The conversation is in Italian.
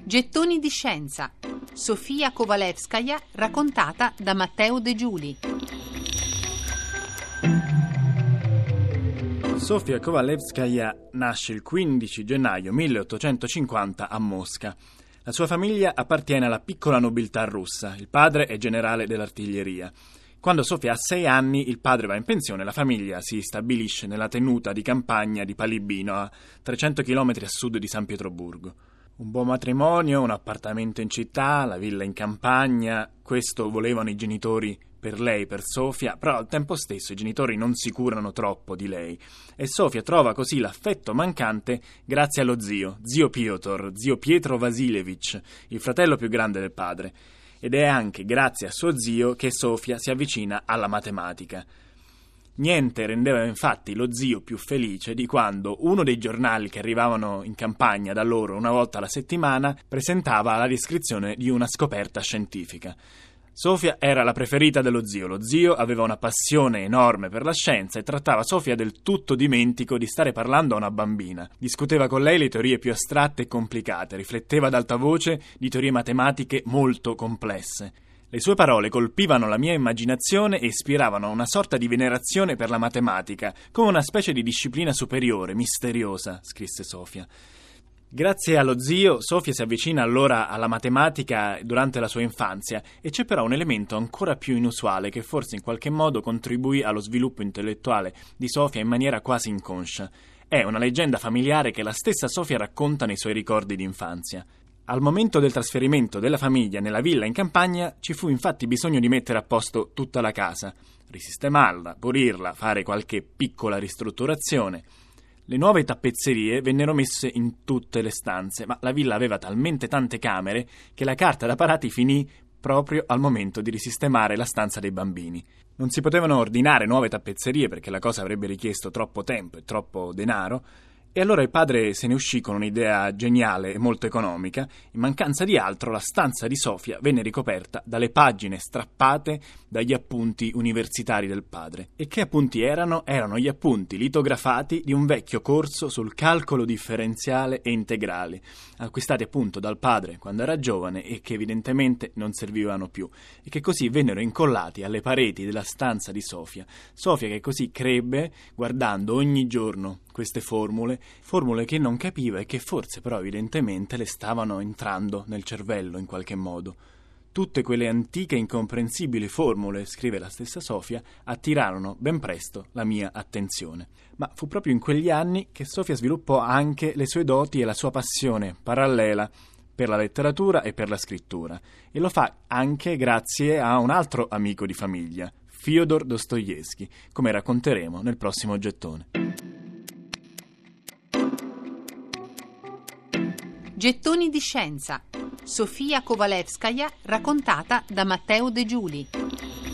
Gettoni di scienza. Sofia Kovalevskaja, raccontata da Matteo De Giuli. Sofia Kovalevskaja nasce il 15 gennaio 1850 a Mosca. La sua famiglia appartiene alla piccola nobiltà russa. Il padre è generale dell'artiglieria. Quando Sofia ha 6 anni, il padre va in pensione e la famiglia si stabilisce nella tenuta di campagna di Palibino, a 300 km a sud di San Pietroburgo. Un buon matrimonio, un appartamento in città, la villa in campagna, questo volevano i genitori per lei, per Sofia, però al tempo stesso i genitori non si curano troppo di lei e Sofia trova così l'affetto mancante grazie allo zio Piotr, zio Pietro Vasilevich, il fratello più grande del padre. Ed è anche grazie a suo zio che Sofia si avvicina alla matematica. Niente rendeva infatti lo zio più felice di quando uno dei giornali che arrivavano in campagna da loro una volta alla settimana presentava la descrizione di una scoperta scientifica. Sofia era la preferita dello zio. Lo zio aveva una passione enorme per la scienza e trattava Sofia del tutto dimentico di stare parlando a una bambina. Discuteva con lei le teorie più astratte e complicate, rifletteva ad alta voce di teorie matematiche molto complesse. Le sue parole colpivano la mia immaginazione e ispiravano una sorta di venerazione per la matematica, come una specie di disciplina superiore, misteriosa, scrisse Sofia. Grazie allo zio, Sofia si avvicina allora alla matematica durante la sua infanzia e c'è però un elemento ancora più inusuale che forse in qualche modo contribuì allo sviluppo intellettuale di Sofia in maniera quasi inconscia. È una leggenda familiare che la stessa Sofia racconta nei suoi ricordi di infanzia. Al momento del trasferimento della famiglia nella villa in campagna ci fu infatti bisogno di mettere a posto tutta la casa, risistemarla, pulirla, fare qualche piccola ristrutturazione. Le nuove tappezzerie vennero messe in tutte le stanze, ma la villa aveva talmente tante camere che la carta da parati finì proprio al momento di risistemare la stanza dei bambini. Non si potevano ordinare nuove tappezzerie perché la cosa avrebbe richiesto troppo tempo e troppo denaro, e allora il padre se ne uscì con un'idea geniale e molto economica. In mancanza di altro, la stanza di Sofia venne ricoperta dalle pagine strappate dagli appunti universitari del padre. E che appunti erano? Erano gli appunti litografati di un vecchio corso sul calcolo differenziale e integrale, acquistati appunto dal padre quando era giovane e che evidentemente non servivano più, e che così vennero incollati alle pareti della stanza di Sofia. Sofia che così crebbe guardando ogni giorno queste formule che non capiva e che forse però evidentemente le stavano entrando nel cervello in qualche modo. Tutte quelle antiche e incomprensibili formule, scrive la stessa Sofia, attirarono ben presto la mia attenzione. Ma fu proprio in quegli anni che Sofia sviluppò anche le sue doti e la sua passione parallela per la letteratura e per la scrittura, e lo fa anche grazie a un altro amico di famiglia, Fyodor Dostoevskij, come racconteremo nel prossimo gettone. Gettoni di scienza. Sofia Kovalevskaja, raccontata da Matteo De Giuli.